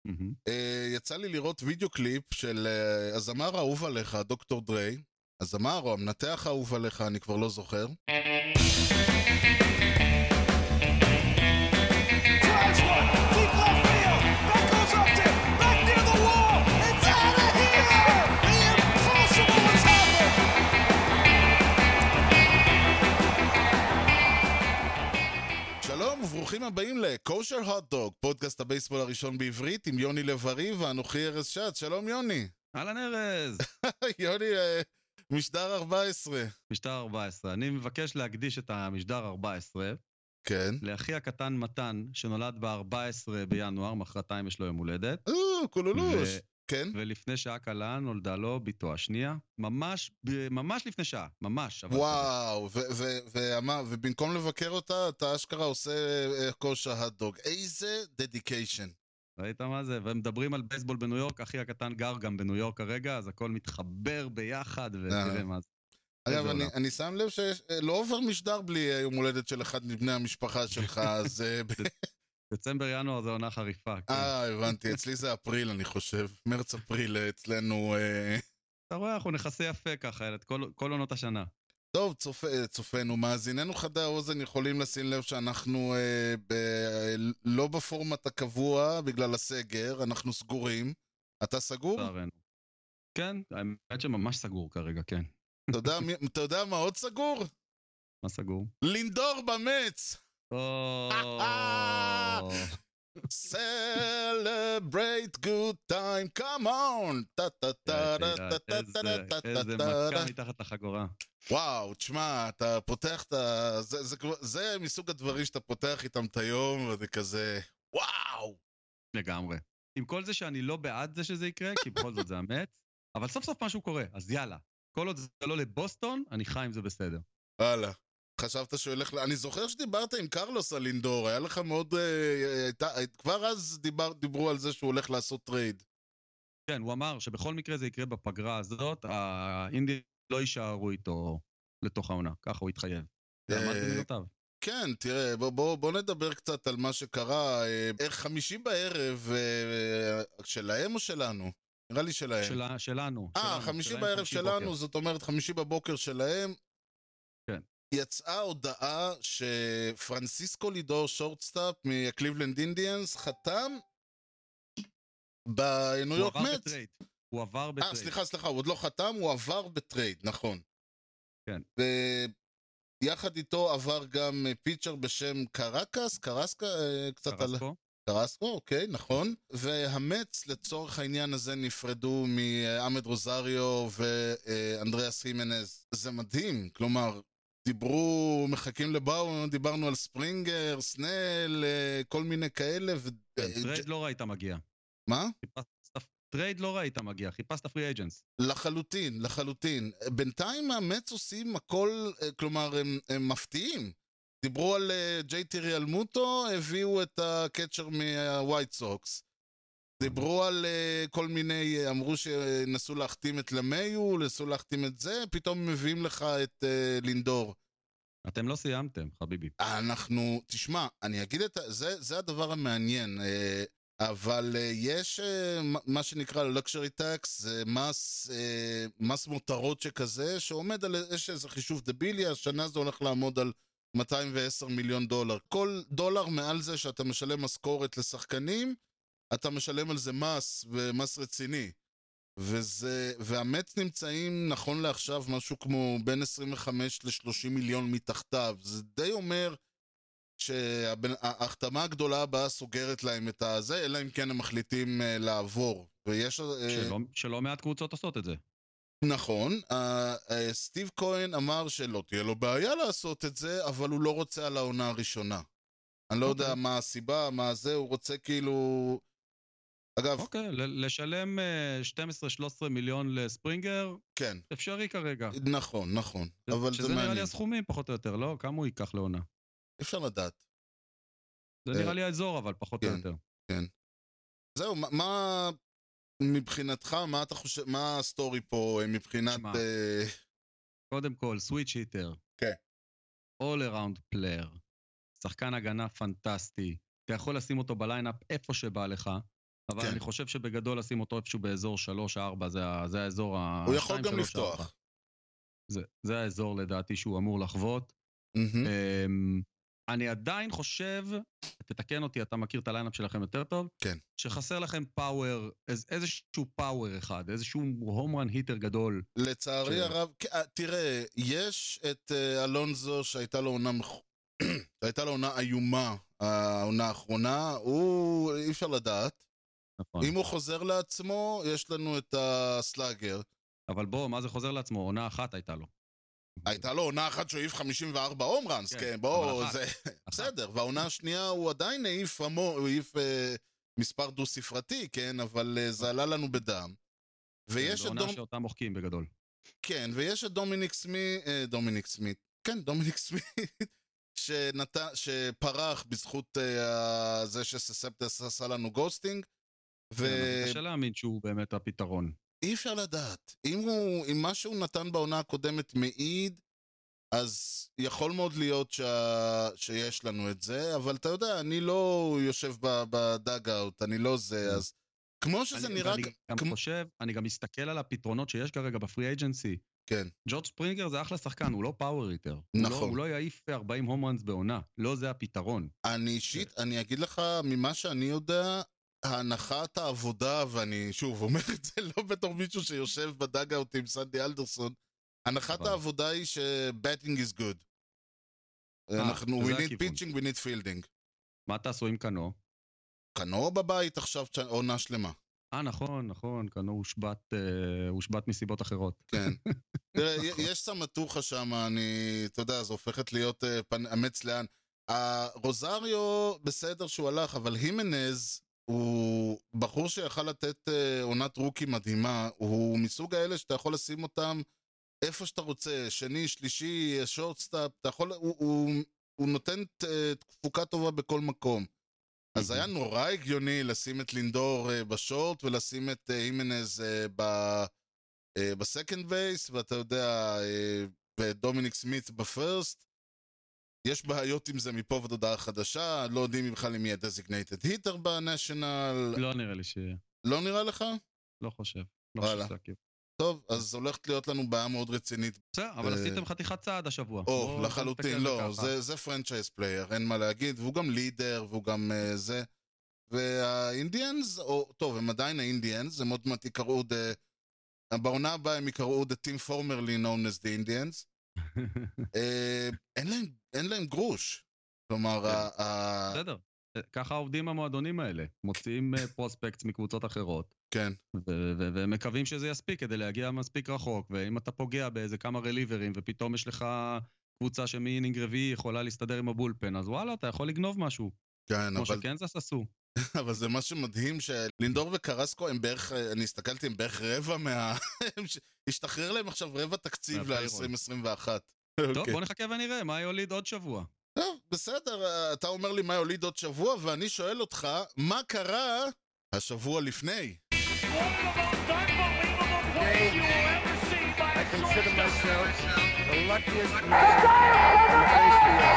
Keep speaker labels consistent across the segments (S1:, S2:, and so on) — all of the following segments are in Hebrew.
S1: מהמם.
S2: יצא לי לראות וידאו קליפ של הזמר האהוב עליך, דוקטור דריי. הזמר או המנתח האהוב עליך, אני כבר לא זוכר.
S3: Drives one, deep left field. That goes up to back near the wall. It's out of here. The impossible has happened.
S2: שלום וברוכים הבאים לקושר הוט דוג, פודקאסט הבייסבול הראשון בעברית עם יוני לב-ארי ואנוכי ארז שץ. שלום יוני.
S1: אהלן ארז,
S2: יוני, משדר 14.
S1: משדר 14. אני מבקש להקדיש את המשדר 14
S2: כן.
S1: לאחי הקטן מתן, שנולד ב-14 בינואר, מחרתיים יש לו יום הולדת.
S2: קולולוש. כן.
S1: ולפני שעה קלה נולדה לו ביתו השנייה, ממש לפני שעה, ממש. אבל
S2: וואו, ובמקום לבקר אותה, אתה אשכרה עושה כושר הוט דוג. איזה דדיקיישן.
S1: ראית מה זה? והם מדברים על בייסבול בניו יורק, אחי הקטן גר גם בניו יורק כרגע, אז הכל מתחבר ביחד, ותראה מה זה.
S2: אגב, אני שם לב שלא עובר משדר בלי יום הולדת של אחד מבני המשפחה שלך, אז...
S1: דצמבר ינואר זה עונה חריפה. כן.
S2: הבנתי, אצלי זה אפריל אני חושב, מרץ אפריל אצלנו...
S1: אתה רואה, אנחנו נכסה יפה ככה, את כל עונות השנה.
S2: טוב, צופנו, מאזיננו חדי האוזן יכולים לשים לב שאנחנו לא בפורמט הקבוע בגלל הסגר, אנחנו סגורים. אתה סגור?
S1: לצערנו. כן, האמת שממש סגור כרגע, כן.
S2: אתה יודע מה עוד סגור?
S1: מה סגור?
S2: לינדור במץ! Celebrate good time, come on!
S1: איזה מכה מתחת לחגורה.
S2: וואו, תשמע, אתה פותח את ה... זה מסוג הדברים שאתה פותח איתם את היום, וזה כזה... וואו!
S1: לגמרי. עם כל זה שאני לא בעד זה שזה יקרה, כי בכל זאת זה אמת, אבל סוף סוף משהו קורה, אז יאללה. כל עוד זה לא לבוסטון, אני חי עם זה בסדר.
S2: הלאה. חשבת שהוא ילך... אני זוכר שדיברת עם קרלוס על לינדור, היה לך מאוד... כבר אז דיברו על זה שהוא הולך לעשות טרייד.
S1: כן, הוא אמר שבכל מקרה זה יקרה בפגרה הזאת, האינדי לא יישארו איתו לתוך העונה, ככה הוא התחייב. ועמד במילותיו.
S2: כן, תראה, בוא נדבר קצת על מה שקרה. חמישי בערב, שלהם או שלנו? נראה לי שלהם.
S1: שלנו.
S2: חמישי בערב שלנו, זאת אומרת חמישי בבוקר שלהם.
S1: כן.
S2: יצאה הודעה שפרנסיסקו לידור שורטסטאפ מקליבלנד אינדיאנס חתם בניו יורק מץ.
S1: הוא עבר בטרייד.
S2: סליחה, הוא עוד לא חתם, הוא עבר בטרייד, נכון.
S1: כן.
S2: ויחד איתו עבר גם פיצ'ר בשם קרסקו, אוקיי, נכון. והמץ לצורך העניין הזה נפרדו מאמד רוזריו ואנדריאס הימנז. זה מדהים, כלומר, מחכים לבאו, דיברנו על ספרינגר, סנל, כל מיני כאלה.
S1: טרייד לא ראית מגיע.
S2: מה?
S1: טרייד לא ראית מגיע, חיפשת פרי אייג'נס.
S2: לחלוטין. בינתיים המץ עושים הכל, כלומר, הם מפתיעים. דיברו על ג'יי ריאלמוטו, הביאו את הקצ'ר מהווייט סוקס. דיברו על כל מיני, אמרו שנסו להחתים את למיו, נסו להחתים את זה, פתאום מביאים לך את לינדור.
S1: אתם לא סיימתם, חביבי.
S2: תשמע, אני אגיד זה הדבר המעניין, אבל יש מה שנקרא luxury tax, זה מס מותרות שכזה, שעומד על, יש איזה חישוב דבילי, השנה זה הולך לעמוד על $210 מיליון. כל דולר מעל זה שאתה משלם משכורת לשחקנים, אתה משלם על זה מס רציני. והמץ נמצאים נכון לעכשיו משהו כמו בין 25 ל-30 מיליון מתחתיו. זה די אומר שההחתמה הגדולה הבאה סוגרת להם את הזה, אלא אם כן הם מחליטים לעבור.
S1: שלא מעט קבוצות עושות את זה.
S2: נכון, סטיב כהן אמר שלא תהיה לו בעיה לעשות את זה, אבל הוא לא רוצה על העונה הראשונה. אני לא יודע מה הסיבה, מה זה, הוא רוצה כאילו... אגב...
S1: אוקיי, לשלם 12-13 מיליון לספרינגר,
S2: כן.
S1: אפשרי כרגע.
S2: נכון, אבל זה
S1: שזה
S2: מעניין.
S1: נראה לי הסכומים פחות או יותר, לא? כמה הוא ייקח לעונה?
S2: אפשר לדעת.
S1: זה נראה לי האזור, אבל פחות או יותר.
S2: כן. זהו, מה... מבחינתך, מה אתה חושב, מה הסטורי פה מבחינת...
S1: קודם כל, סוויץ' היטר.
S2: כן.
S1: All around player. שחקן הגנה פנטסטי. אתה יכול לשים אותו בליינאפ איפה שבא לך. אבל
S2: כן.
S1: אני חושב שבגדול לשים אותו איפשהו באזור 3-4, זה האזור
S2: הוא יכול גם לפתוח.
S1: זה האזור לדעתי שהוא אמור לחוות.
S2: מהמם.
S1: אני עדיין חושב, תתקן אותי, אתה מכיר את הליינאפ שלכם יותר טוב,
S2: כן.
S1: שחסר לכם פאוור, איזשהו פאוור אחד, איזשהו הומרן היטר גדול.
S2: לצערי הרב, תראה, יש את אלונזו שהייתה לו עונה איומה, העונה האחרונה, אי אפשר לדעת.
S1: נכון.
S2: אם הוא חוזר לעצמו, יש לנו את הסלאגר.
S1: אבל בוא, מה זה חוזר לעצמו? עונה אחת הייתה לו.
S2: הייתה לו עונה אחת שהוא העיף 54 הומרנס,
S1: כן,
S2: כן, בוא,
S1: אבל
S2: זה בסדר, והעונה השנייה הוא עדיין הוא העיף מספר דו-ספרתי, כן, אבל זה עלה לנו בדם. ויש
S1: זו עונה שאותם מוחקים בגדול.
S2: כן, ויש את דומיניק סמית, שפרח בזכות זה שסספטס עשה לנו גוסטינג,
S1: קשה להאמין שהוא באמת הפתרון.
S2: אי אפשר לדעת. אם מה שהוא נתן בעונה הקודמת מעיד, אז יכול מאוד להיות שיש לנו את זה, אבל אתה יודע, אני לא יושב בדאג-אאוט, אני לא זה, אז כמו שזה נראה...
S1: אני גם מסתכל על הפתרונות שיש כרגע בפרי אייג'נסי.
S2: כן.
S1: ג'ורג' ספרינגר זה אחלה שחקן, הוא לא פאוור היטר.
S2: נכון.
S1: הוא לא יעיף 40 הומרנס בעונה, לא זה הפתרון.
S2: אני אגיד לך, ממה שאני יודע, הנחת העבודה, ואני שוב אומר את זה לא בתור מישהו שיושב בדאג-אאוט עם סנדי אלדרסון, הנחת העבודה היא ש-batting is good. we need pitching, we need fielding.
S1: מה תעשו עם קנו?
S2: קנו בבית עכשיו עונה שלמה.
S1: נכון, קנו הושבת מסיבות אחרות.
S2: כן. יש סמטוחה שם, אתה יודע, זה הופכת להיות אמץ לאן. הרוזריו בסדר שהוא הלך, אבל הימנז הוא בחור שיכל לתת עונת רוקי מדהימה, הוא מסוג האלה שאתה יכול לשים אותם איפה שאתה רוצה, שני, שלישי, שורטסטאפ, הוא נותן תפוקה טובה בכל מקום. אז היה נורא הגיוני לשים את לינדור בשורט ולשים את הימנז בסקנד בייס, ואתה יודע, ודומיניק סמית בפרסט. יש בעיות עם זה מפה ועד הודעה חדשה, לא יודעים בכלל אם יהיה דזיגנייטד היטר בנשיונל.
S1: לא נראה לי שיהיה.
S2: לא נראה לך?
S1: לא חושב.
S2: טוב, אז הולכת להיות לנו בעיה מאוד רצינית.
S1: בסדר, אבל עשיתם חתיכת צעד השבוע.
S2: לחלוטין, לא, זה פרנצ'ייז פלייר, אין מה להגיד, והוא גם לידר, והוא גם זה. והאינדיאנס, טוב, הם עדיין האינדיאנס, הם עוד מעט יקראו, בעונה הבאה הם יקראו the team formerly known as the Indians. אין להם גרוש. כלומר,
S1: בסדר, ככה עובדים המועדונים האלה. מוציאים פרוספקטס מקבוצות אחרות.
S2: כן.
S1: ומקווים שזה יספיק כדי להגיע מספיק רחוק, ואם אתה פוגע באיזה כמה רליברים, ופתאום יש לך קבוצה שמאינינג רביעי יכולה להסתדר עם הבולפן, אז וואלה, אתה יכול לגנוב משהו.
S2: כן,
S1: כמו שקנזס עשו.
S2: אבל זה משהו מדהים שלינדור וקרסקו הם בערך, אני הסתכלתי, הם בערך רבע השתחרר להם עכשיו רבע תקציב ל-2021.
S1: טוב, בוא נחכה ונראה, מה יוליד עוד שבוע?
S2: טוב, בסדר, אתה אומר לי מה יוליד עוד שבוע, ואני שואל אותך, מה קרה השבוע לפני?
S4: I consider myself the luckiest man on the face of the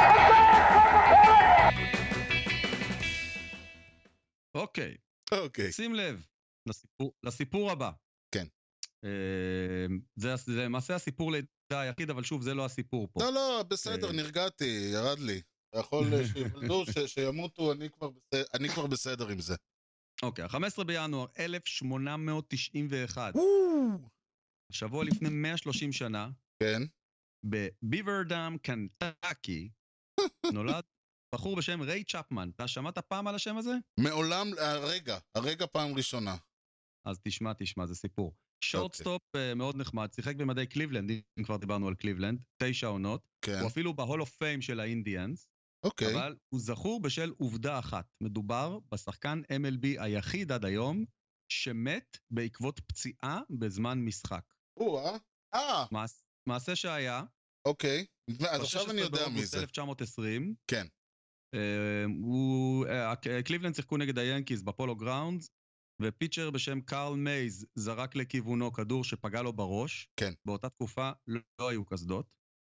S4: earth.
S2: אוקיי.
S1: שים לב לסיפור הבא.
S2: כן.
S1: זה למעשה הסיפור לידה היחיד, אבל שוב, זה לא הסיפור פה.
S2: לא, בסדר, נרגעתי, ירד לי. יכול שיבלדו, שימותו, אני כבר בסדר עם זה.
S1: אוקיי, 15 בינואר 1891. שבוע לפני 130 שנה.
S2: כן.
S1: בביברדאם, קנטקי, נולד בחור בשם ריי צ'פמן. אתה שמעת פעם על השם הזה?
S2: מעולם, הרגע פעם ראשונה.
S1: אז תשמע, זה סיפור. שורטסטופ מאוד נחמד, שיחק במדי קליבלנד, אם כבר דיברנו על קליבלנד, 9 עונות.
S2: כן.
S1: הוא אפילו בהול אוף פיים של האינדיאנס.
S2: אוקיי.
S1: אבל הוא זכור בשל עובדה אחת. מדובר בשחקן MLB היחיד עד היום, שמת בעקבות פציעה בזמן משחק. מעשה שהיה.
S2: אוקיי. אז עכשיו אני יודע מי זה.
S1: 1920.
S2: כן.
S1: קליבלנד שיחקו נגד היאנקיז בפולו גראונדס, ופיצ'ר בשם קרל מייז זרק לכיוונו כדור שפגע לו בראש.
S2: כן.
S1: באותה תקופה לא היו קסדות.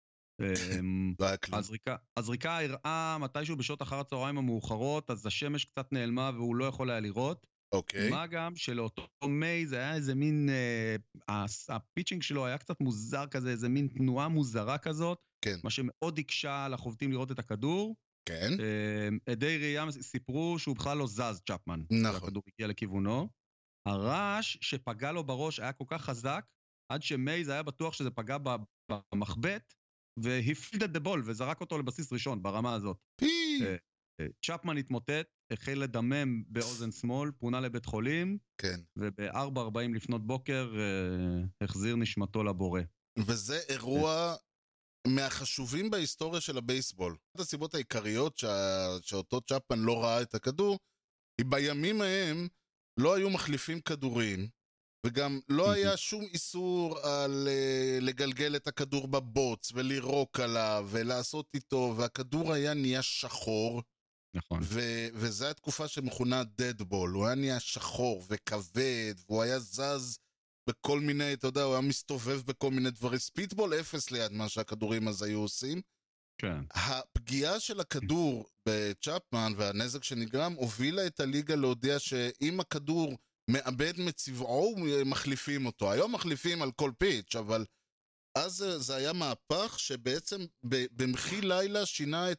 S1: הזריקה הראה מתישהו בשעות אחר הצהריים המאוחרות, אז השמש קצת נעלמה והוא לא יכול היה לראות.
S2: אוקיי.
S1: מה גם שלאותו מייז היה איזה מין, הפיצ'ינג שלו היה קצת מוזר כזה, איזה מין תנועה מוזרה כזאת,
S2: כן.
S1: מה שמאוד הקשה על החובטים לראות את הכדור.
S2: כן.
S1: עדי ראייה סיפרו שהוא בכלל לא זז, צ'פמן.
S2: נכון.
S1: הכדור הגיע לכיוונו. הרעש שפגע לו בראש היה כל כך חזק, עד שמייז היה בטוח שזה פגע במחבט, והפילד את בול וזרק אותו לבסיס ראשון ברמה הזאת.
S2: פי!
S1: צ'פמן התמוטט, החל לדמם באוזן שמאל, פונה לבית חולים,
S2: כן.
S1: וב-4:40 לפנות בוקר החזיר נשמתו לבורא.
S2: וזה אירוע מהחשובים בהיסטוריה של הבייסבול. אחת הסיבות העיקריות שאותו צ'פמן לא ראה את הכדור, היא בימים ההם לא היו מחליפים כדורים, וגם לא היה שום איסור על לגלגל את הכדור בבוץ, ולירוק עליו, ולעשות איתו, והכדור היה נהיה שחור,
S1: נכון.
S2: וזו התקופה שמכונה דדבול, הוא היה נהיה שחור וכבד, והוא היה זז בכל מיני, אתה יודע, הוא היה מסתובב בכל מיני דברים, ספיטבול אפס ליד מה שהכדורים אז היו עושים.
S1: כן.
S2: הפגיעה של הכדור בצ'פמן והנזק שנגרם הובילה את הליגה להודיע שאם הכדור מאבד מצבעו, מחליפים אותו. היום מחליפים על כל פיץ', אבל אז זה היה מהפך שבעצם במחי לילה שינה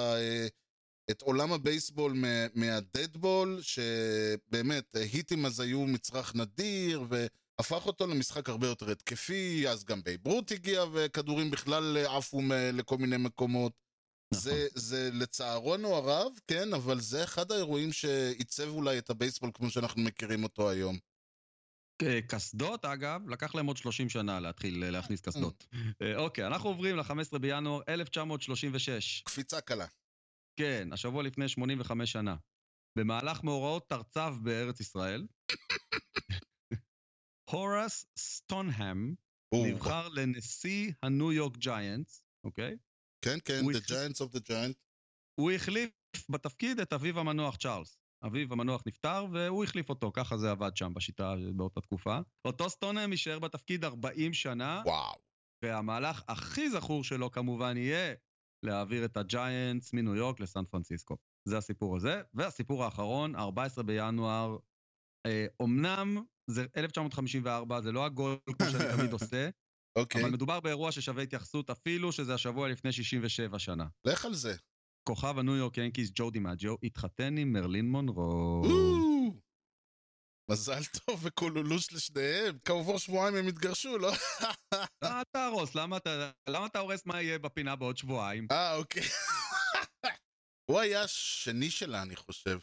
S2: את עולם הבייסבול מהדדבול, שבאמת היטים אז היו מצרך נדיר, והפך אותו למשחק הרבה יותר התקפי, אז גם בייברוט הגיע, וכדורים בכלל עפו לכל מיני מקומות. זה לצערנו הרב, כן, אבל זה אחד האירועים שעיצב אולי את הבייסבול כמו שאנחנו מכירים אותו היום.
S1: קסדות, אגב, לקח להם עוד 30 שנה להתחיל להכניס קסדות. אוקיי, אנחנו עוברים ל-15 בינואר 1936.
S2: קפיצה קלה.
S1: כן, השבוע לפני 85 שנה. במהלך מאורעות תרצב בארץ ישראל, הורס סטונהאם נבחר לנשיא הניו יורק ג'יינטס, אוקיי?
S2: כן, כן, the Giants of the Giants.
S1: הוא החליף בתפקיד את אביו המנוח צ'ארלס. אביו המנוח נפטר והוא החליף אותו, ככה זה עבד שם בשיטה באותה תקופה. אותו סטונהאם יישאר בתפקיד 40 שנה.
S2: וואו.
S1: והמהלך הכי זכור שלו כמובן יהיה להעביר את הג'יינטס מניו יורק לסן פרנסיסקו. זה הסיפור הזה. והסיפור האחרון, 14 בינואר, אומנם זה 1954, זה לא הגול כמו שאני תמיד עושה,
S2: אוקיי.
S1: אבל מדובר באירוע ששווה התייחסות אפילו שזה השבוע לפני 67 שנה.
S2: לך על זה.
S1: כוכב הניו יורק ינקיס ג'ו דימג'יו התחתן עם מרלין מונרו.
S2: מזל טוב וקולולוש לשניהם. כעבור שבועיים הם התגרשו, לא?
S1: אתה תהרוס, למה אתה הורס מה יהיה בפינה בעוד שבועיים?
S2: אוקיי. הוא היה שני שלה, אני חושב.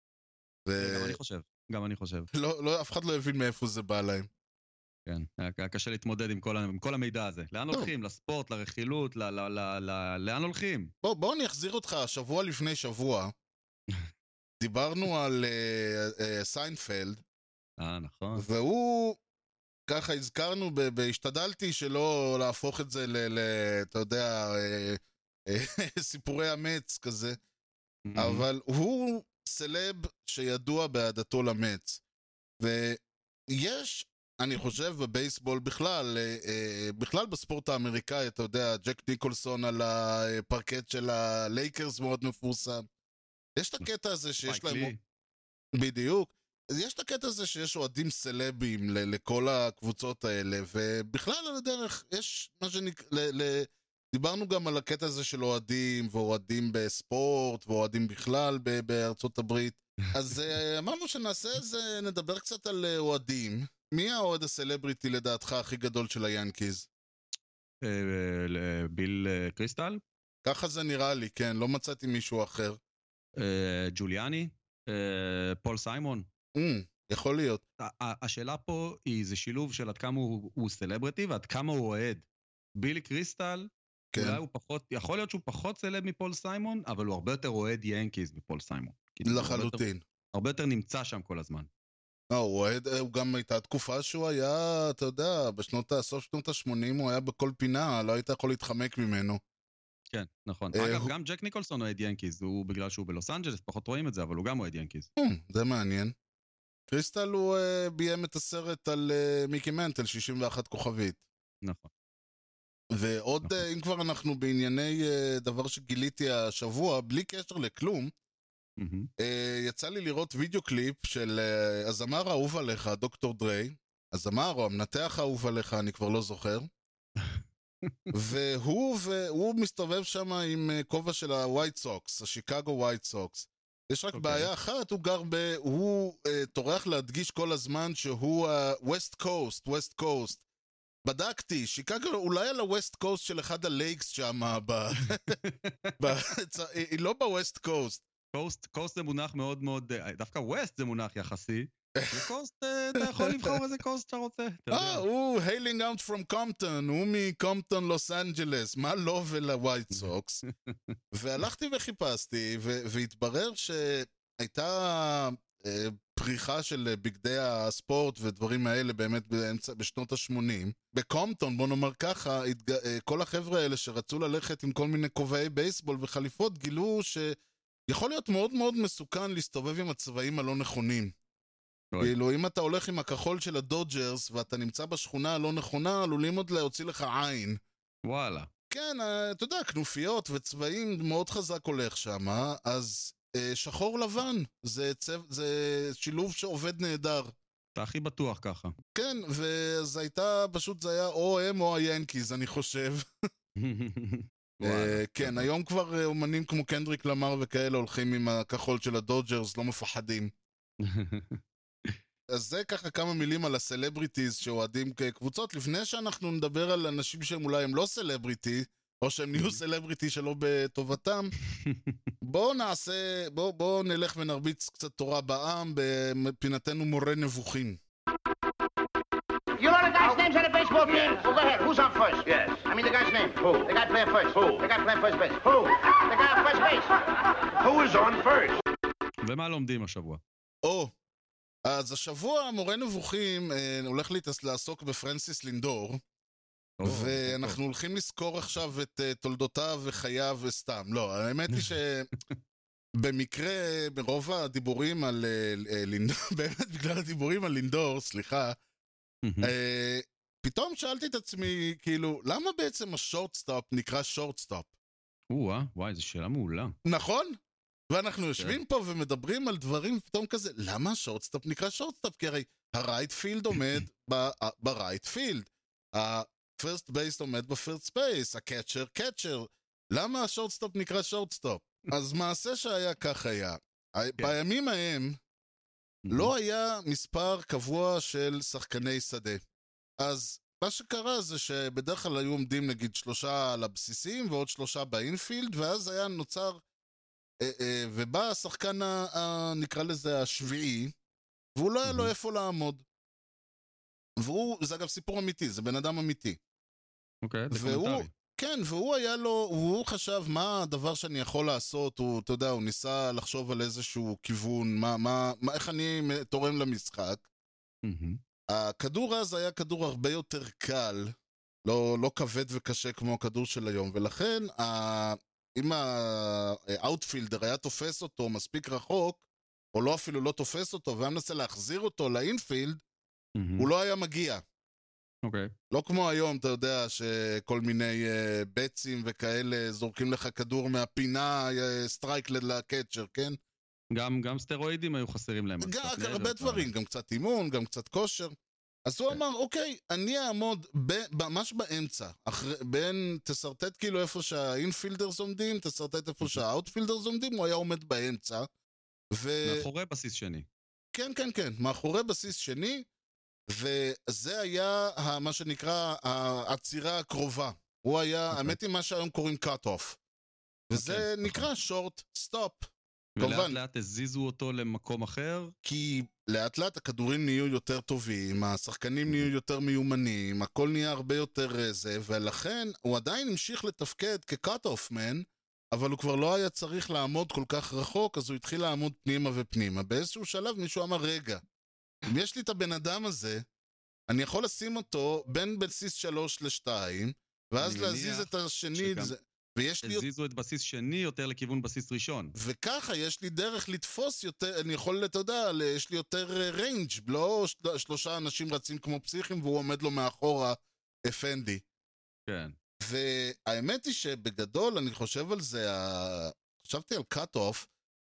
S1: גם אני חושב.
S2: לא, אף אחד לא הבין מאיפה זה בא להם.
S1: כן, היה קשה להתמודד עם כל המידע הזה. לאן הולכים? לספורט, לרכילות, לאן הולכים?
S2: בוא אני אחזיר אותך שבוע לפני שבוע. דיברנו על סיינפלד.
S1: נכון.
S2: והוא, ככה הזכרנו, השתדלתי שלא להפוך את זה אתה יודע, סיפורי אמץ כזה. אבל הוא סלב שידוע באהדתו למץ. ויש, אני חושב, בבייסבול בכלל בספורט האמריקאי, אתה יודע, ג'ק ניקולסון על הפרקט של הלייקרס מאוד מפורסם. יש את הקטע הזה שיש להם... בדיוק. יש את הקטע הזה שיש אוהדים סלבים לכל הקבוצות האלה, ובכלל על הדרך יש מה שנקרא... דיברנו גם על הקטע הזה של אוהדים, ואוהדים בספורט, ואוהדים בכלל בארצות הברית. אז אמרנו שנעשה איזה, נדבר קצת על אוהדים. מי האוהד הסלבריטי לדעתך הכי גדול של היאנקיז?
S1: ביל קריסטל?
S2: ככה זה נראה לי, כן, לא מצאתי מישהו אחר.
S1: ג'וליאני? פול סיימון?
S2: יכול להיות.
S1: השאלה פה היא, זה שילוב של עד כמה הוא סלבריטי ועד כמה הוא אוהד. בילי קריסטל, אולי הוא פחות, יכול להיות שהוא פחות סלב מפול סיימון, אבל הוא הרבה יותר אוהד ינקיז מפול סיימון.
S2: לחלוטין.
S1: הרבה יותר נמצא שם כל הזמן.
S2: הוא גם הייתה תקופה שהוא היה, אתה יודע, סוף שנות ה-80 הוא היה בכל פינה, לא היית יכול להתחמק ממנו.
S1: כן, נכון. אגב, גם ג'ק ניקולסון אוהד ינקיז, הוא בגלל שהוא בלוס אנג'לס, פחות רואים את זה, אבל הוא גם אוהד ינקיז.
S2: זה מעניין. קריסטל הוא ביים את הסרט על מיקי מנטל, 61 כוכבית.
S1: נכון.
S2: ועוד, אם כבר אנחנו בענייני דבר שגיליתי השבוע, בלי קשר לכלום,
S1: מהמם.
S2: יצא לי לראות וידאו קליפ של הזמר האהוב עליך, דוקטור דריי, הזמר או המנתח האהוב עליך, אני כבר לא זוכר. והוא מסתובב שם עם כובע של הווייט סוקס, השיקגו ווייט סוקס. יש רק
S1: אוקיי.
S2: בעיה אחת, הוא טורח להדגיש כל הזמן שהוא ווסט קוסט, ווסט קוסט. בדקתי, שיקגו אולי על הווסט קוסט של אחד הלייקס שם, היא לא בווסט קוסט.
S1: קוסט זה מונח מאוד מאוד, דווקא ווסט זה מונח יחסי. וקוסט, אתה יכול לבחור איזה קוסט שאתה רוצה. אתה יודע.
S2: הוא hailing out from Compton, הוא מקומפטון לוס אנג'לס, מה לו ולווייט סוקס? והלכתי וחיפשתי, והתברר שהייתה פריחה של בגדי הספורט ודברים האלה באמת בשנות ה-80. בקומפטון, בוא נאמר ככה, כל החבר'ה האלה שרצו ללכת עם כל מיני כובעי בייסבול וחליפות, גילו שיכול להיות מאוד מאוד מסוכן להסתובב עם הצבעים הלא נכונים. כאילו, אם אתה הולך עם הכחול של הדודג'רס ואתה נמצא בשכונה הלא נכונה, עלולים עוד להוציא לך עין.
S1: וואלה.
S2: כן, אתה יודע, כנופיות וצבעים מאוד חזק הולך שם, אז שחור לבן, זה שילוב שעובד נהדר.
S1: אתה הכי בטוח ככה.
S2: כן, וזה הייתה, פשוט זה היה או הם או היאנקיז, אני חושב.
S1: וואלה.
S2: כן, היום כבר אומנים כמו קנדריק למר וכאלה הולכים עם הכחול של הדודג'רס, לא מפחדים. אז זה ככה כמה מילים על הסלבריטיז שאוהדים כקבוצות, לפני שאנחנו נדבר על אנשים שהם אולי הם לא סלבריטי, או שהם נהיו סלבריטי שלא בטובתם. בואו נלך ונרביץ קצת תורה בעם, בפינתנו מורה נבוכים.
S5: You know the guy's names on the baseball team? Well, go ahead. Who's on first?
S4: Yes.
S5: I mean the guy's name.
S4: Who?
S5: The guy playing first.
S4: Who?
S5: The guy playing first base.
S4: Who?
S5: The guy on first base.
S4: Who is on first?
S1: ומה לומדים השבוע?
S2: אז השבוע מורה נבוכים הולך לעסוק בפרנסיס לינדור, ואנחנו הולכים לזכור עכשיו את תולדותיו וחייו וסתם. לא, האמת היא שבמקרה, ברוב הדיבורים על לינדור, באמת בגלל הדיבורים על לינדור, סליחה, פתאום שאלתי את עצמי, כאילו, למה בעצם השורטסטופ נקרא שורטסטופ?
S1: וואי, זו שאלה מעולה.
S2: נכון? ואנחנו יושבים פה ומדברים על דברים פתאום כזה, למה השורטסטופ נקרא שורטסטופ? כי הרי הרייט פילד עומד ברייט פילד, הפרסט בייס עומד בפרסט בייס, הקאצ'ר קאצ'ר. למה השורטסטופ נקרא שורטסטופ? אז מעשה שהיה כך היה. בימים ההם לא היה מספר קבוע של שחקני שדה. אז מה שקרה זה שבדרך כלל היו עומדים נגיד 3 על הבסיסים ועוד 3 באינפילד, ואז היה נוצר ובא השחקן נקרא לזה השביעי, והוא לא היה לו איפה לעמוד. זה אגב סיפור אמיתי, זה בן אדם אמיתי.
S1: אוקיי, דוקומנטרי.
S2: כן, והוא היה לו, הוא חשב מה הדבר שאני יכול לעשות, אתה יודע, הוא ניסה לחשוב על איזשהו כיוון, איך אני תורם למשחק. הכדור אז היה כדור הרבה יותר קל, לא כבד וקשה כמו הכדור של היום, ולכן אם האוטפילדר היה תופס אותו מספיק רחוק, או לא אפילו לא תופס אותו, והיה מנסה להחזיר אותו לאינפילד, הוא לא היה מגיע.
S1: אוקיי.
S2: לא כמו היום, אתה יודע, שכל מיני בצים זורקים לך כדור מהפינה, סטרייק לקצ'ר, כן?
S1: גם סטרואידים היו חסרים להם.
S2: הרבה דברים, גם קצת אימון, גם קצת כושר. אז הוא אמר, אוקיי, אני אעמוד ממש באמצע, תסרטט כאילו איפה שהאינפילדרס עומדים, תסרטט איפה שהאוטפילדרס עומדים, הוא היה עומד באמצע.
S1: מאחורי בסיס שני.
S2: כן, כן, כן, מאחורי בסיס שני, וזה היה מה שנקרא העצירה הקרובה. הוא היה, האמת היא מה שהיום קוראים cut-off. וזה נקרא short stop.
S1: ולאט לאט הזיזו אותו למקום אחר?
S2: כי לאט לאט הכדורים נהיו יותר טובים, השחקנים נהיו יותר מיומנים, הכל נהיה הרבה יותר זה, ולכן הוא עדיין המשיך לתפקד כ-cut-off man, אבל הוא כבר לא היה צריך לעמוד כל כך רחוק, אז הוא התחיל לעמוד פנימה ופנימה. באיזשהו שלב מישהו אמר, רגע, אם יש לי את הבן אדם הזה, אני יכול לשים אותו בין בסיס 3 ל-2, ואז להזיז את השני,
S1: הזיזו את בסיס שני יותר לכיוון בסיס ראשון.
S2: וככה יש לי דרך לתפוס יותר, אני יכול, אתה יודע, יש לי יותר ריינג', לא 3 אנשים רצים כמו פסיכים, והוא עומד לו מאחורה אפנדי.
S1: כן.
S2: והאמת היא שבגדול, אני חושב על זה, חשבתי על cut-off,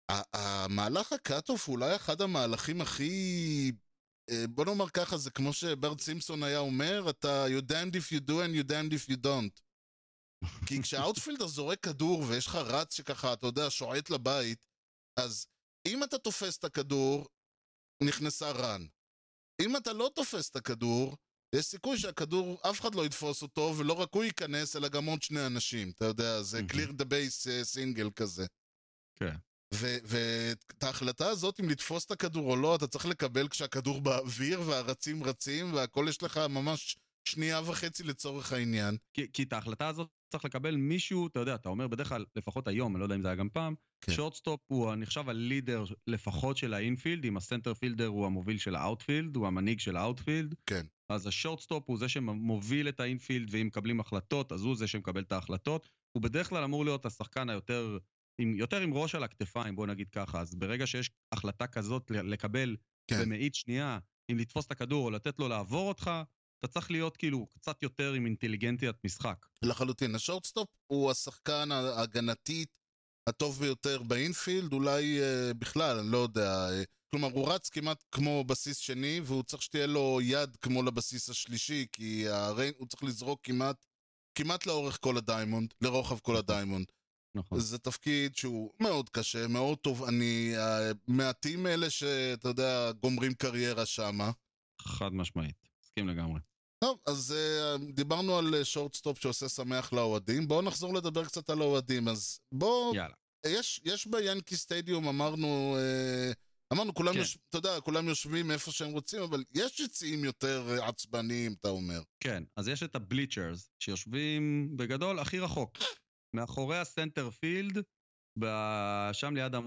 S2: המהלך הקאט-אוף הוא אולי אחד המהלכים הכי... בוא נאמר ככה, זה כמו שברט סימפסון היה אומר, אתה you damned if you do and you damned if you don't. כי כשהאוטפילדר זורק כדור ויש לך רץ שככה, אתה יודע, שועט לבית, אז אם אתה תופס את הכדור, נכנסה רן. אם אתה לא תופס את הכדור, יש סיכוי שהכדור, אף אחד לא יתפוס אותו, ולא רק הוא ייכנס, אלא גם עוד שני אנשים. אתה יודע, זה clear the base single כזה.
S1: כן.
S2: ואת ההחלטה הזאת, אם לתפוס את הכדור או לא, אתה צריך לקבל כשהכדור באוויר, והרצים רצים, והכל יש לך ממש 1.5 שנייה לצורך העניין.
S1: כי את ההחלטה הזאת צריך לקבל מישהו, אתה יודע, אתה אומר בדרך כלל, לפחות היום, אני לא יודע אם זה היה גם פעם,
S2: כן.
S1: שורטסטופ הוא נחשב הלידר לפחות של האינפילד, אם הסנטר פילדר הוא המוביל של האוטפילד, הוא המנהיג של האוטפילד,
S2: כן.
S1: אז השורטסטופ הוא זה שמוביל את האינפילד, ואם מקבלים החלטות, אז הוא זה שמקבל את ההחלטות. הוא בדרך כלל אמור להיות השחקן היותר, יותר עם ראש על הכתפיים, בוא נגיד ככה. אז ברגע שיש החלטה כזאת לקבל
S2: כן.
S1: במאית שנייה, אם לתפוס את הכדור או לתת לו לעבור אותך, אתה צריך להיות כאילו קצת יותר עם אינטליגנציית משחק.
S2: לחלוטין. השורטסטופ הוא השחקן ההגנתית הטוב ביותר באינפילד, אולי בכלל, אני לא יודע. כלומר, הוא רץ כמעט כמו בסיס שני, והוא צריך שתהיה לו יד כמו לבסיס השלישי, כי הוא צריך לזרוק כמעט לאורך כל הדיימונד, לרוחב כל הדיימונד.
S1: נכון.
S2: זה תפקיד שהוא מאוד קשה, מאוד טוב. מעטים אלה שאתה יודע, גומרים קריירה שמה.
S1: חד משמעית. מסכים לגמרי.
S2: טוב, אז דיברנו על שורטסטופ שעושה שמח לאוהדים. בואו נחזור לדבר קצת על האוהדים. אז בואו...
S1: יאללה.
S2: יש ביאנקי סטדיום, אמרנו כולם,
S1: כן.
S2: אתה יודע, כולם יושבים איפה שהם רוצים, אבל יש יציאים יותר עצבניים, אתה אומר.
S1: כן, אז יש את הבליצ'רס, שיושבים בגדול הכי רחוק. מאחורי הסנטר פילד, שם ליד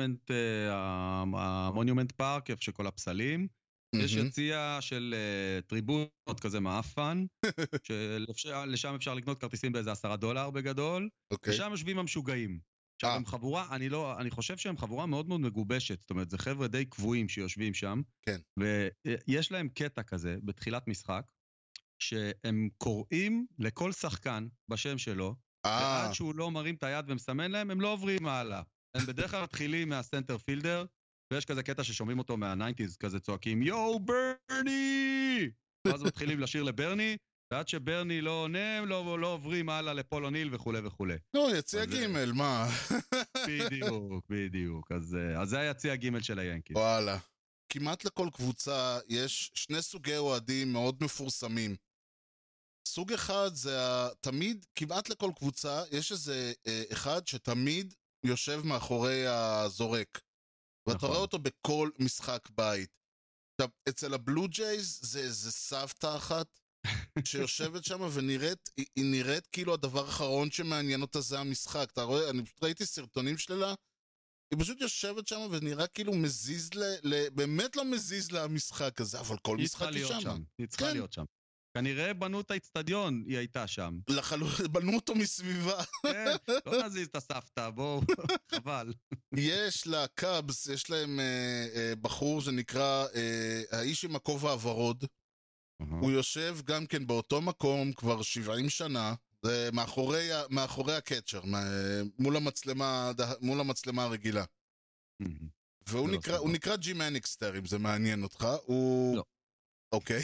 S1: המונומנט פארק, איפה שכל הפסלים, יש יציע של טריבונות כזה מאפן, שלשם אפשר לקנות כרטיסים באיזה $10 בגדול, ושם יושבים המשוגעים. עכשיו הם חבורה, אני חושב שהם חבורה מאוד מאוד מגובשת, זאת אומרת, זה חבר'ה די קבועים שיושבים שם,
S2: כן.
S1: ויש להם קטע כזה בתחילת משחק, שהם קוראים לכל שחקן בשם שלו, ועד שהוא לא מרים את היד ומסמן להם, הם לא עוברים הלאה. הם בדרך כלל מתחילים מהסנטר פילדר, ויש כזה קטע ששומעים אותו מה-90s, כזה צועקים, יו ברני! ואז מתחילים לשיר לברני, ועד שברני לא עונה, הם לא עוברים הלאה לפול אוניל וכו' וכו'.
S2: נו, יציע גימל, מה?
S1: בדיוק. אז זה היציע גימל של היאנקיז.
S2: וואלה. כמעט לכל קבוצה יש שני סוגי אוהדים מאוד מפורסמים. סוג אחד זה תמיד, כמעט לכל קבוצה, יש איזה אחד שתמיד יושב מאחורי הזורק. ואתה רואה אותו בכל משחק בית. עכשיו, אצל הבלו ג'ייז זה איזה סבתא אחת שיושבת שם היא נראית כאילו הדבר האחרון שמעניין אותה זה המשחק. אתה רואה, אני פשוט ראיתי סרטונים שלה, היא פשוט יושבת שם ונראה כאילו מזיז באמת לא מזיז לה המשחק הזה, אבל כל משחק היא שם.
S1: היא צריכה להיות שם. כנראה בנו את האצטדיון, היא הייתה שם.
S2: בנו אותו מסביבה.
S1: כן, לא נזיז את הסבתא, בואו, חבל.
S2: יש לקאבס, יש להם בחור שנקרא האיש עם הכובע הוורוד. הוא יושב גם כן באותו מקום כבר 70 שנה, מאחורי הקצ'ר, מול המצלמה הרגילה. והוא נקרא ג'י מניקסטר, אם זה מעניין אותך.
S1: לא.
S2: אוקיי.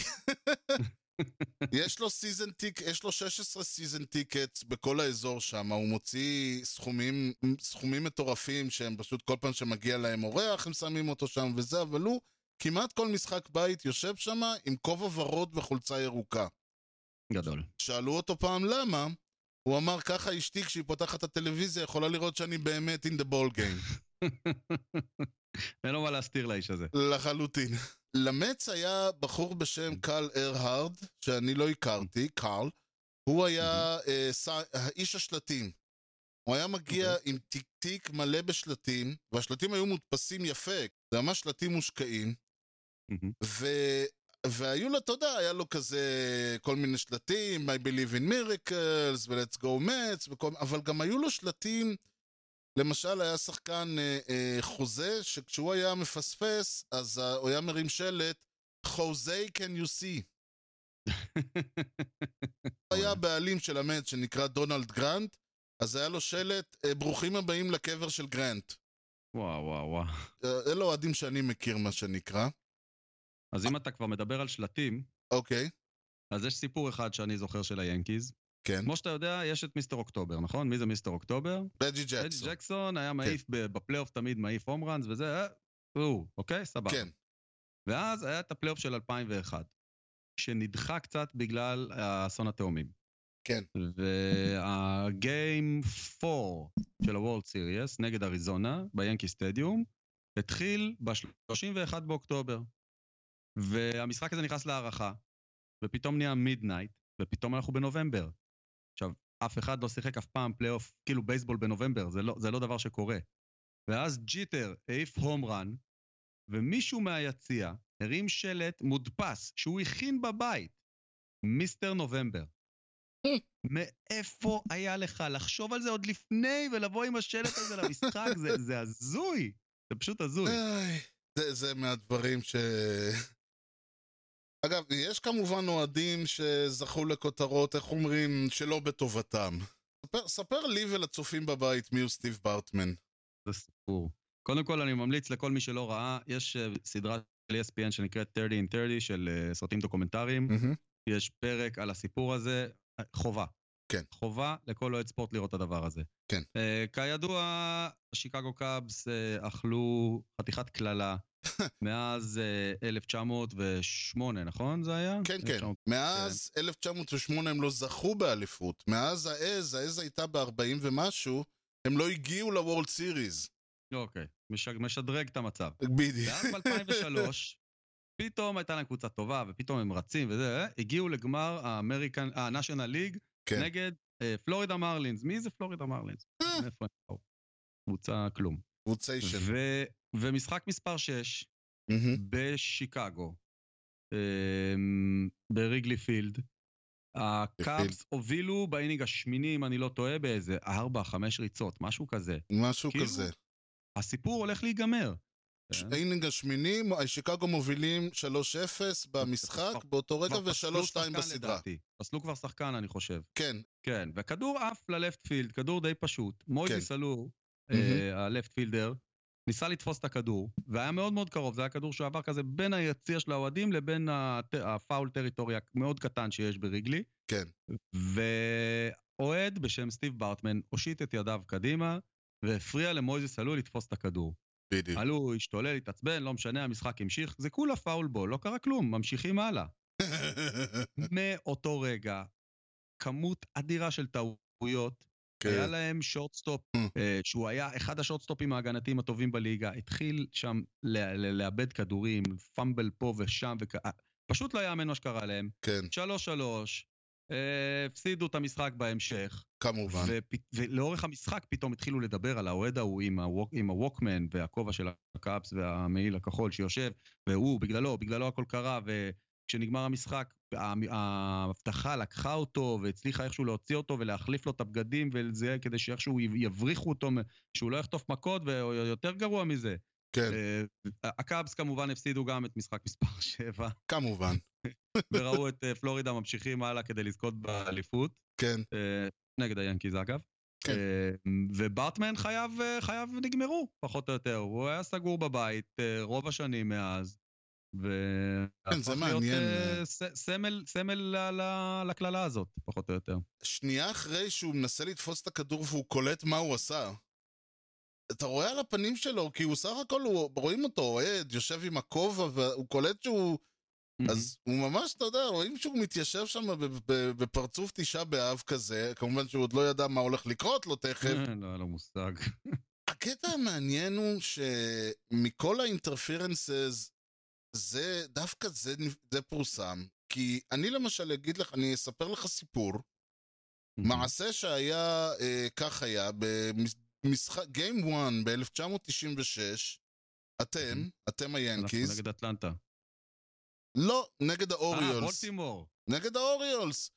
S2: יש לו 16 סיזן טיקטס בכל האזור שם, הוא מוציא סכומים מטורפים שהם פשוט כל פעם שמגיע להם אורח הם שמים אותו שם וזה, אבל הוא כמעט כל משחק בית יושב שם עם כובע ורוד וחולצה ירוקה.
S1: גדול.
S2: שאלו אותו פעם למה, הוא אמר ככה אשתי כשהיא פותחת את הטלוויזיה יכולה לראות שאני באמת in the ball game.
S1: אין לו מה להסתיר לאיש הזה.
S2: לחלוטין. למץ היה בחור בשם קל ארהרד, שאני לא הכרתי, קל, הוא היה האיש השלטים. הוא היה מגיע עם תיק מלא בשלטים, והשלטים היו מודפסים יפה, זה ממש שלטים מושקעים, והיו לו, אתה יודע, היה לו כזה כל מיני שלטים, I believe in miracles, ו-let's go Mets, אבל גם היו לו שלטים, למשל היה שחקן חוזה, שכשהוא היה מפספס, אז הוא היה מרים שלט, חוזה can you see. הוא היה בעלים של המץ שנקרא דונלד גרנט, אז היה לו שלט, ברוכים הבאים לקבר של גרנט.
S1: וואו, וואו, וואו.
S2: אלו אוהדים שאני מכיר, מה שנקרא.
S1: אז אם אתה כבר מדבר על שלטים,
S2: אוקיי,
S1: אז יש סיפור אחד שאני זוכר של היאנקיז.
S2: כן.
S1: כמו שאתה יודע, יש את מיסטר אוקטובר, נכון? מי זה מיסטר אוקטובר?
S2: רג'י
S1: רג'י
S2: ג'קסון.
S1: ג'קסון היה מעיף בפלייאוף תמיד, מעיף הום ראנס וזה, הוא, אוקיי? סבבה.
S2: כן.
S1: ואז היה את הפלייאוף של 2001, שנדחה קצת בגלל האסון התאומים.
S2: כן.
S1: והגיים 4 של הוורלד סיריוס נגד אריזונה, ביאנקי סטדיום, התחיל ב-31 באוקטובר. והמשחק הזה נכנס להערכה, ופתאום נהיה מידנייט, ופתאום אנחנו בנובמבר. עכשיו, אף אחד לא שיחק אף פעם פלייאוף, כאילו בייסבול בנובמבר, זה לא דבר שקורה. ואז ג'יטר העיף הום רן, ומישהו מהיציע הרים שלט מודפס, שהוא הכין בבית, מיסטר נובמבר. מאיפה היה לך לחשוב על זה עוד לפני, ולבוא עם השלט הזה למשחק? זה הזוי, זה פשוט הזוי.
S2: זה מהדברים ש... אגב, יש כמובן אוהדים שזכו לכותרות, איך אומרים, שלא בטובתם. ספר לי ולצופים בבית מיהו סטיב ברטמן.
S1: זה סיפור. קודם כל אני ממליץ לכל מי שלא ראה, יש סדרה של ESPN שנקראת 30 in 30 של סרטים דוקומנטריים. יש פרק על הסיפור הזה, חובה.
S2: כן.
S1: חובה לכל אוהד ספורט לראות את הדבר הזה.
S2: כן.
S1: כידוע, השיקגו קאבס אכלו חתיכת כללה מאז 1908, נכון זה היה?
S2: כן, כן. מאז 1908 הם לא זכו באליפות. מאז העז הייתה ב-40 ומשהו, הם לא הגיעו לוורלד סיריז.
S1: אוקיי, משדרג את המצב.
S2: בדיוק.
S1: ואז ב-2003, פתאום הייתה להם קבוצה טובה, ופתאום הם רצים וזה, הגיעו לגמר הנשיונל ליג נגד פלורידה מרלינס. מי זה פלורידה מרלינס? איפה הם באו? קבוצה כלום.
S2: קבוציישן.
S1: ומשחק מספר 6 בשיקגו, בריגלי פילד, הקאבס הובילו באינינג השמיני, אם אני לא טועה, באיזה 4-5 ריצות, משהו כזה.
S2: משהו כזה.
S1: הסיפור הולך להיגמר.
S2: האינינג השמיני, שיקגו מובילים 3-0 במשחק, באותו רגע ו3-2 בסדרה.
S1: פסלו כבר שחקן, אני חושב.
S2: כן.
S1: כן, וכדור עף ללפט פילד, כדור די פשוט. מויזי סלור, הלפט פילדר, ניסה לתפוס את הכדור, והיה מאוד מאוד קרוב, זה היה כדור שעבר כזה בין היציע של האוהדים לבין הפאול טריטוריה מאוד קטן שיש בריגלי.
S2: כן.
S1: ואוהד בשם סטיב ברטמן הושיט את ידיו קדימה, והפריע למויזי סלור לתפוס את הכדור.
S2: בדיוק.
S1: עלו, השתולל, התעצבן, לא משנה, המשחק המשיך, זה כולה פאול בול, לא קרה כלום, ממשיכים הלאה. מאותו רגע, כמות אדירה של טעויות, היה להם שורטסטופ, שהוא היה אחד השורטסטופים ההגנתיים הטובים בליגה, התחיל שם לאבד כדורים, פאמבל פה ושם, פשוט לא יאמן מה שקרה להם. 3-3, הפסידו את המשחק בהמשך.
S2: כמובן.
S1: ולאורך המשחק פתאום התחילו לדבר על האוהד ההוא עם הווקמן והכובע של הקאפס והמעיל הכחול שיושב, והוא, בגללו הכל קרה, וכשנגמר המשחק, ההבטחה לקחה אותו והצליחה איכשהו להוציא אותו ולהחליף לו את הבגדים וזה כדי שאיכשהו יבריחו אותו, שהוא לא יחטוף מכות ויותר גרוע מזה.
S2: כן.
S1: הקאבס כמובן הפסידו גם את משחק מספר 7.
S2: כמובן.
S1: וראו את פלורידה ממשיכים הלאה כדי לזכות באליפות.
S2: כן.
S1: נגד היאנקיז אגב.
S2: כן.
S1: וברטמן חייו נגמרו, פחות או יותר. הוא היה סגור בבית רוב השנים מאז.
S2: כן, זה מעניין.
S1: סמל לכללה הזאת, פחות או יותר.
S2: שנייה אחרי שהוא מנסה לתפוס את הכדור והוא קולט מה הוא עשה, אתה רואה על הפנים שלו, כי הוא סך הכל, רואים אותו, אוהד, יושב עם הכובע, והוא קולט שהוא, אז הוא ממש, אתה יודע, רואים שהוא מתיישב שם בפרצוף 9 באב כזה, כמובן שהוא עוד לא ידע מה הולך לקרות לו תכף.
S1: לא מושג.
S2: הקטע המעניין הוא שמכל האינטרפירנסס, זה, דווקא זה פורסם, כי אני למשל אגיד לך, אני אספר לך סיפור, מעשה שהיה, כך היה, במשחק, Game 1 ב-1996, אתם היאנקיז.
S1: אנחנו נגד אטלנטה.
S2: לא, נגד האוריולס.
S1: בולטימור.
S2: נגד האוריולס.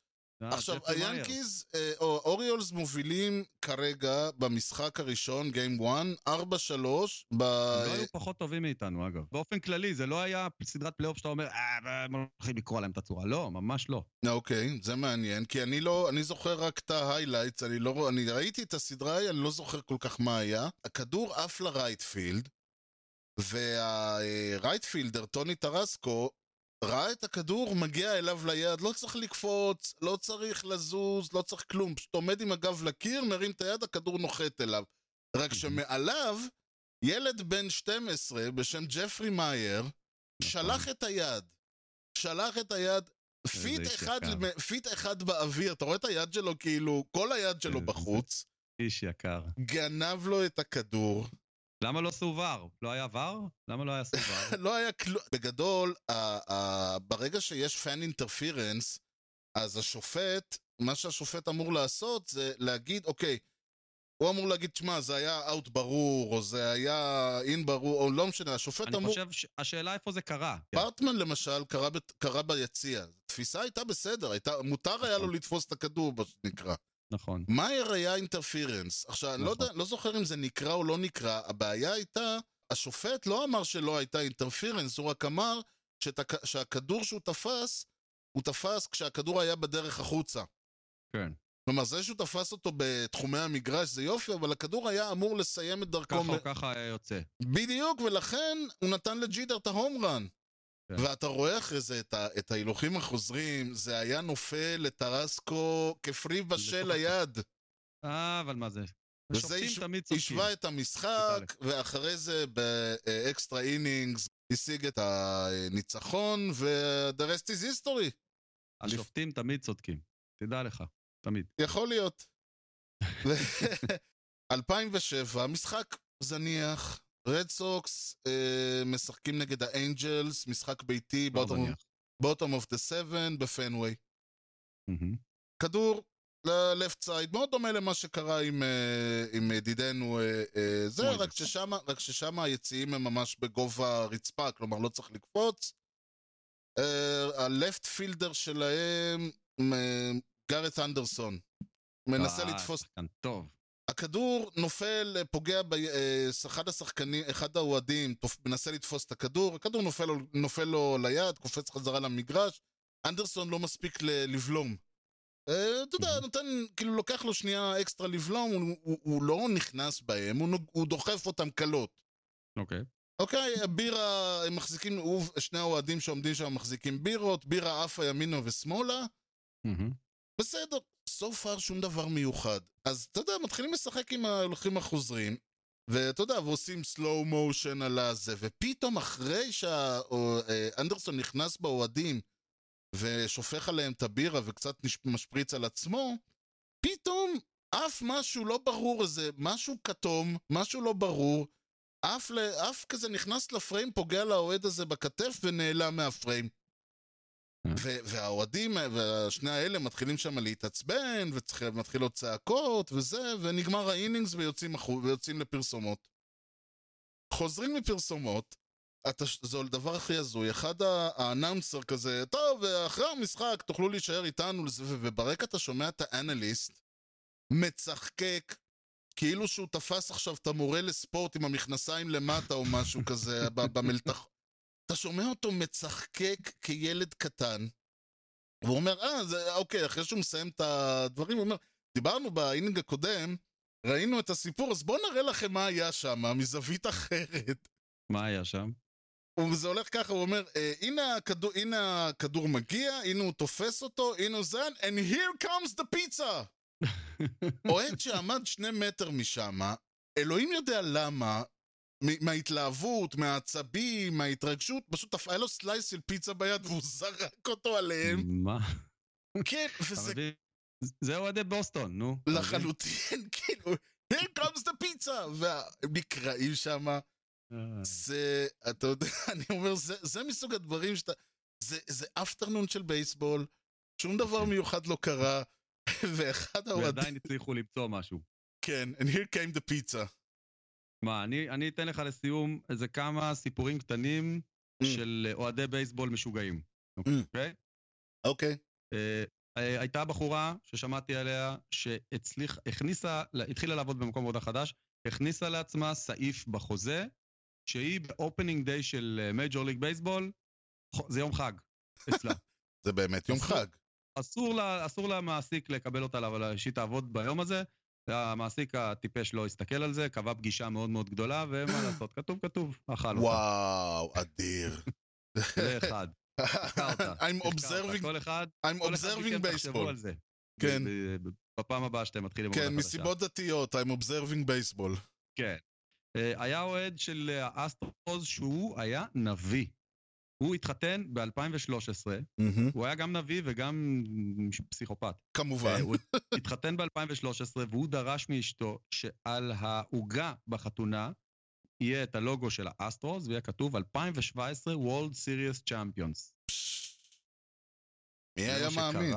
S2: עכשיו,
S1: ג'פרי מאייר.
S2: היאנקיז, אוריולס מובילים כרגע במשחק הראשון, Game 1, 4-3,
S1: הם לא היו פחות טובים מאיתנו, אגב. באופן כללי, זה לא היה סדרת פלייאוף שאתה אומר, הם הולכים לקרוא להם את הצורה. לא, ממש לא.
S2: אוקיי, זה מעניין, כי אני זוכר רק את ההיילייטס, אני ראיתי את הסדרה, אני לא זוכר כל כך מה היה. הכדור עף לרייטפילד, והרייטפילדר, טוני טרסקו, ראה את הכדור, מגיע אליו ליד, לא צריך לקפוץ, לא צריך לזוז, לא צריך כלום, פשוט עומד עם הגב לקיר, מרים את היד, הכדור נוחת אליו. רק שמעליו, ילד בן 12 בשם ג'פרי מאייר, שלח את היד, פיט אחד באוויר, אתה רואה את היד שלו כאילו, כל היד שלו בחוץ,
S1: איש יקר.
S2: גנב לו את הכדור.
S1: למה לא סובר? לא היה ור? למה לא היה סובר?
S2: לא היה כלום. בגדול, ברגע שיש פן אינטרפירנס, אז השופט, מה שהשופט אמור לעשות זה להגיד, אוקיי, הוא אמור להגיד, תשמע, זה היה אאוט ברור, או זה היה אין ברור, או לא משנה, השופט אמור...
S1: אני חושב שהשאלה איפה זה קרה.
S2: ברטמן למשל קרה ביציע. התפיסה הייתה בסדר, מותר היה לו לתפוס את הכדור, נקרא.
S1: נכון.
S2: מאייר היה אינטרפירנס. עכשיו, אני לא זוכר אם זה נקרא או לא נקרא, הבעיה הייתה, השופט לא אמר שלא הייתה אינטרפירנס, הוא רק אמר שהכדור שהוא תפס, הוא תפס כשהכדור היה בדרך החוצה.
S1: כן.
S2: כלומר, זה שהוא תפס אותו בתחומי המגרש זה יופי, אבל הכדור היה אמור לסיים את דרכו...
S1: ככה או ככה היה יוצא.
S2: בדיוק, ולכן הוא נתן לג'ידר את ההום רן. כן. ואתה רואה אחרי זה את ההילוכים החוזרים, זה היה נופל לטרסקו כפרי בשל היד.
S1: אבל מה זה?
S2: וזה השווה את המשחק, ואחרי זה באקסטרה אינינגס השיג את הניצחון, ו-the rest is history.
S1: השופטים תמיד צודקים, תדע לך, תמיד.
S2: יכול להיות. 2007, משחק זניח, רד סוקס משחקים נגד האנג'לס, משחק ביתי, bottom of the 7 בפנוויי. כדור ל-left side, מאוד דומה למה שקרה עם ידידנו זה, רק ששם היציאים הם ממש בגובה רצפה, כלומר לא צריך לקפוץ. ה-left fielder שלהם, גארט אנדרסון, מנסה לתפוס...
S1: טוב.
S2: הכדור נופל, פוגע באחד השחקנים, אחד האוהדים, מנסה לתפוס את הכדור, הכדור נופל לו ליד, קופץ חזרה למגרש, אנדרסון לא מספיק לבלום. אתה יודע, נותן, כאילו לוקח לו שנייה אקסטרה לבלום, הוא לא נכנס בהם, הוא דוחף אותם קלות. אוקיי, הבירה, הם מחזיקים, שני האוהדים שעומדים שם מחזיקים בירות, בירה עפה ימינה ושמאלה, בסדר. so far שום דבר מיוחד. אז אתה יודע, מתחילים לשחק עם ההולכים החוזרים, ואתה יודע, ועושים slow motion על הזה, ופתאום אחרי שאנדרסון נכנס באוהדים, ושופך עליהם את הבירה, וקצת משפריץ על עצמו, פתאום אף משהו לא ברור, איזה משהו כתום, משהו לא ברור, אף כזה נכנס לפריים, פוגע לאוהד הזה בכתף, ונעלם מהפריים. והאוהדים, והשני האלה מתחילים שם להתעצבן, ומתחילות צעקות וזה, ונגמר האינינגס ויוצאים לפרסומות. חוזרים מפרסומות, זה הדבר הכי הזוי, אחד האנאונסר כזה, טוב, אחרי המשחק תוכלו להישאר איתנו, וברקע אתה שומע את האנליסט, מצחקק, כאילו שהוא תפס עכשיו את המורה לספורט עם המכנסיים למטה או משהו כזה, במלתח. אתה שומע אותו מצחקק כילד קטן, והוא אומר, אוקיי, אחרי שהוא מסיים את הדברים, הוא אומר, דיברנו באינינג הקודם, ראינו את הסיפור, אז בואו נראה לכם מה היה שם, מזווית אחרת.
S1: מה היה שם?
S2: וזה הולך ככה, הוא אומר, הנה הכדור מגיע, הנה הוא תופס אותו, הנה הוא זן, and here comes the pizza! אוהד שעמד 2 מטר משם, אלוהים יודע למה, מההתלהבות, מהעצבים, מההתרגשות, פשוט היה לו סלייס של פיצה ביד והוא זרק אותו עליהם.
S1: מה?
S2: כן, וזה...
S1: זה אוהדי בוסטון, נו.
S2: לחלוטין, כאילו, here comes the pizza! והמקראים שם, זה, אתה יודע, אני אומר, זה מסוג הדברים שאתה... זה אפטרנון של בייסבול, שום דבר מיוחד לא קרה, ואחד האוהדים...
S1: ועדיין הצליחו למצוא משהו.
S2: כן, and here came the pizza.
S1: מה, אני אתן לך לסיום איזה כמה סיפורים קטנים של אוהדי בייסבול משוגעים. אוקיי?
S2: אוקיי.
S1: הייתה בחורה ששמעתי עליה, התחילה לעבוד במקום עבודה חדש, הכניסה לעצמה סעיף בחוזה, שהיא באופנינג דיי של מייג'ור ליג בייסבול, זה יום חג אצלה.
S2: זה באמת יום חג.
S1: אסור למעסיק לקבל אותה, אבל שהיא תעבוד ביום הזה, המעסיק הטיפש לא הסתכל על זה, קבע פגישה מאוד מאוד גדולה, ומה לעשות, כתוב, אכל אותה.
S2: וואו, אדיר.
S1: זה אחד.
S2: I'm observing baseball. כן.
S1: בפעם הבאה שאתם מתחילים עבודה
S2: חדשה. כן, מסיבות דתיות, I'm observing baseball.
S1: כן. היה אוהד של האסטרוס שהוא היה נביא. הוא התחתן ב-2013, הוא היה גם נביא וגם פסיכופת.
S2: כמובן.
S1: הוא התחתן ב-2013 והוא דרש מאשתו שעל העוגה בחתונה יהיה את הלוגו של האסטרוס ויהיה כתוב 2017 World Series Champions.
S2: מי היה מאמין?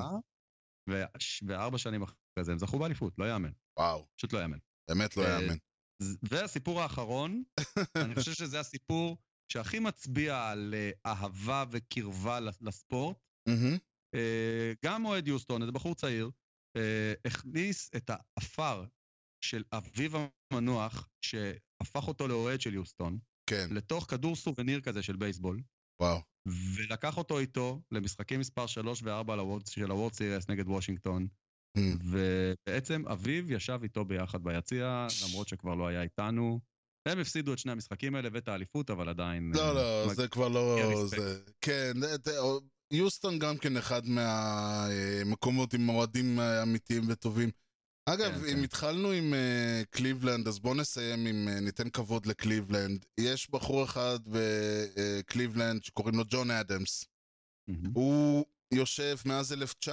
S1: ו4 שנים אחרי זה הם זכו באליפות, לא יאמן.
S2: וואו.
S1: פשוט לא יאמן.
S2: באמת לא יאמן.
S1: והסיפור האחרון, אני חושב שזה הסיפור שהכי מצביע על אהבה וקרבה לספורט. גם אוהד יוסטון, איזה בחור צעיר, הכניס את האפר של אביו המנוח, שהפך אותו לאוהד של יוסטון, לתוך כדור סובניר כזה של בייסבול.
S2: וואו.
S1: ולקח אותו איתו למשחקים מספר 3 ו4 של הוורד סיריס נגד וושינגטון. ובעצם אביו ישב איתו ביחד ביציע, למרות שכבר לא היה איתנו. הם הפסידו את שני המשחקים האלה ואת האליפות, אבל עדיין...
S2: לא, זה כבר לא... כן, יוסטון גם כן אחד מהמקומות עם מועדים אמיתיים וטובים. אגב, אם התחלנו עם קליבלנד, אז בואו נסיים עם ניתן כבוד לקליבלנד. יש בחור אחד בקליבלנד שקוראים לו ג'ון אדמס. הוא יושב מאז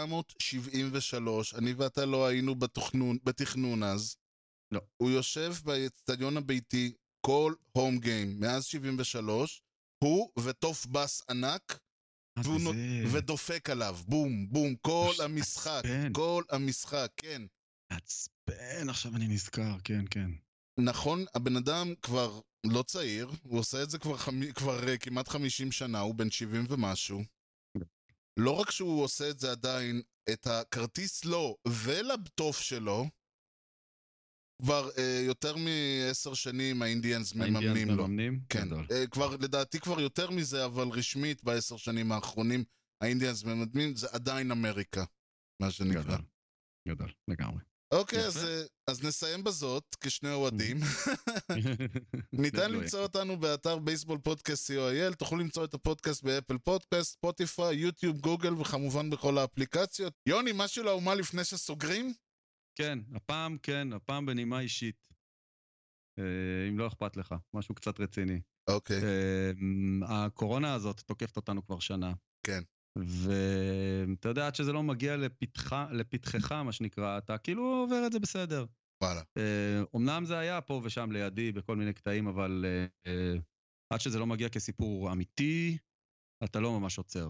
S2: 1973, אני ואתה לא היינו בתכנון אז.
S1: לא.
S2: הוא יושב באצטדיון הביתי כל הום גיים, מאז 73, הוא וטוף בס ענק, ודופק עליו, בום, בום, כל המשחק, כן.
S1: עצבן, עכשיו אני נזכר, כן.
S2: נכון, הבן אדם כבר לא צעיר, הוא עושה את זה כבר כמעט 50 שנה, הוא בן 70 ומשהו. לא רק שהוא עושה את זה עדיין, את הכרטיס לו ולבטוף שלו, כבר יותר מ10 שנים האינדיאנס מממנים לו. כן, כבר, לדעתי כבר יותר מזה, אבל רשמית ב10 שנים האחרונים האינדיאנס מממנים, זה עדיין אמריקה, מה שנקרא.
S1: גדול, לגמרי.
S2: אוקיי, אז נסיים בזאת כשני אוהדים. ניתן למצוא אותנו באתר בייסבול פודקאסט co.il, תוכלו למצוא את הפודקאסט באפל פודקאסט, ספוטיפיי, יוטיוב, גוגל וכמובן בכל האפליקציות. יוני, משהו לאומה לפני שסוגרים?
S1: כן, הפעם בנימה אישית. אם לא אכפת לך, משהו קצת רציני.
S2: אוקיי.
S1: הקורונה הזאת תוקפת אותנו כבר שנה.
S2: כן.
S1: ואתה יודע, עד שזה לא מגיע לפתחך, מה שנקרא, אתה כאילו עובר את זה בסדר.
S2: וואלה.
S1: אמנם זה היה פה ושם לידי בכל מיני קטעים, אבל עד שזה לא מגיע כסיפור אמיתי, אתה לא ממש עוצר.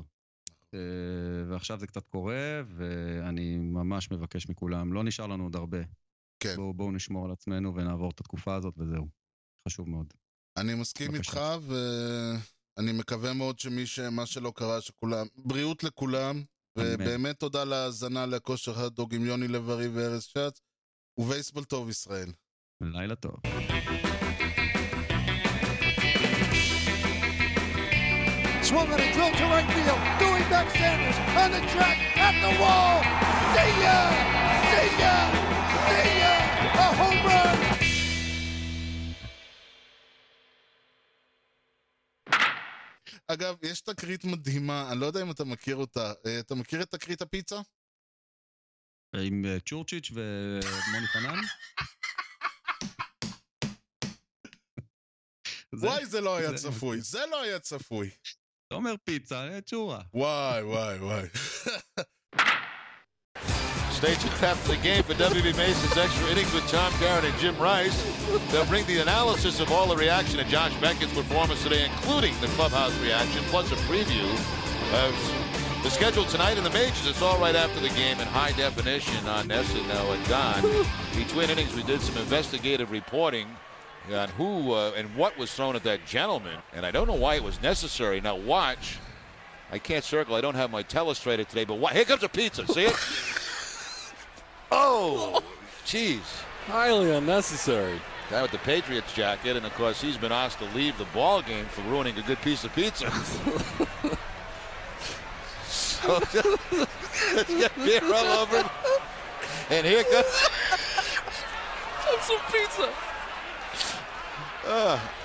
S1: ועכשיו זה קצת קורה, ואני ממש מבקש מכולם, לא נשאר לנו עוד הרבה.
S2: כן.
S1: בואו נשמור על עצמנו ונעבור את התקופה הזאת, וזהו. חשוב מאוד.
S2: אני מסכים איתך, ואני מקווה מאוד מה שלא קרה, שכולם, בריאות לכולם, ובאמת תודה על ההאזנה לכושר הדוג עם יוני לב-ארי וארז שץ, ובייסבול טוב ישראל.
S1: לילה טוב.
S3: Swung on a drill to right field. Doing back Sanders on the track at the wall. See ya! See ya! See ya! A home run!
S2: אגב, יש תקרית מדהימה, אני לא יודע אם אתה מכיר אותה. אתה מכיר את תקרית הפיצה?
S1: עם צ'ורצ'יץ' ומוני פנן?
S2: וואי, זה לא היה צפוי. זה לא היה צפוי.
S1: אתה אומר פיצה, צ'ורה.
S2: וואי.
S6: Stage a 10th of the game for WB Mason's extra innings with Tom Garrett and Jim Rice. They'll bring the analysis of all the reaction to Josh Beckett's performance today, including the clubhouse reaction, plus a preview of the schedule tonight in the majors. It's all right after the game in high definition on SNL and Don. Between innings, we did some investigative reporting on who and what was thrown at that gentleman, and I don't know why it was necessary. Now watch I can't circle. I don't have my telestrator today, but here comes a pizza. See it? Oh, jeez.
S7: Highly unnecessary.
S6: Guy with the Patriots jacket, and of course he's been asked to leave the ball game for ruining a good piece of pizza. So let's get beer all over him. And here comes
S7: some pizza.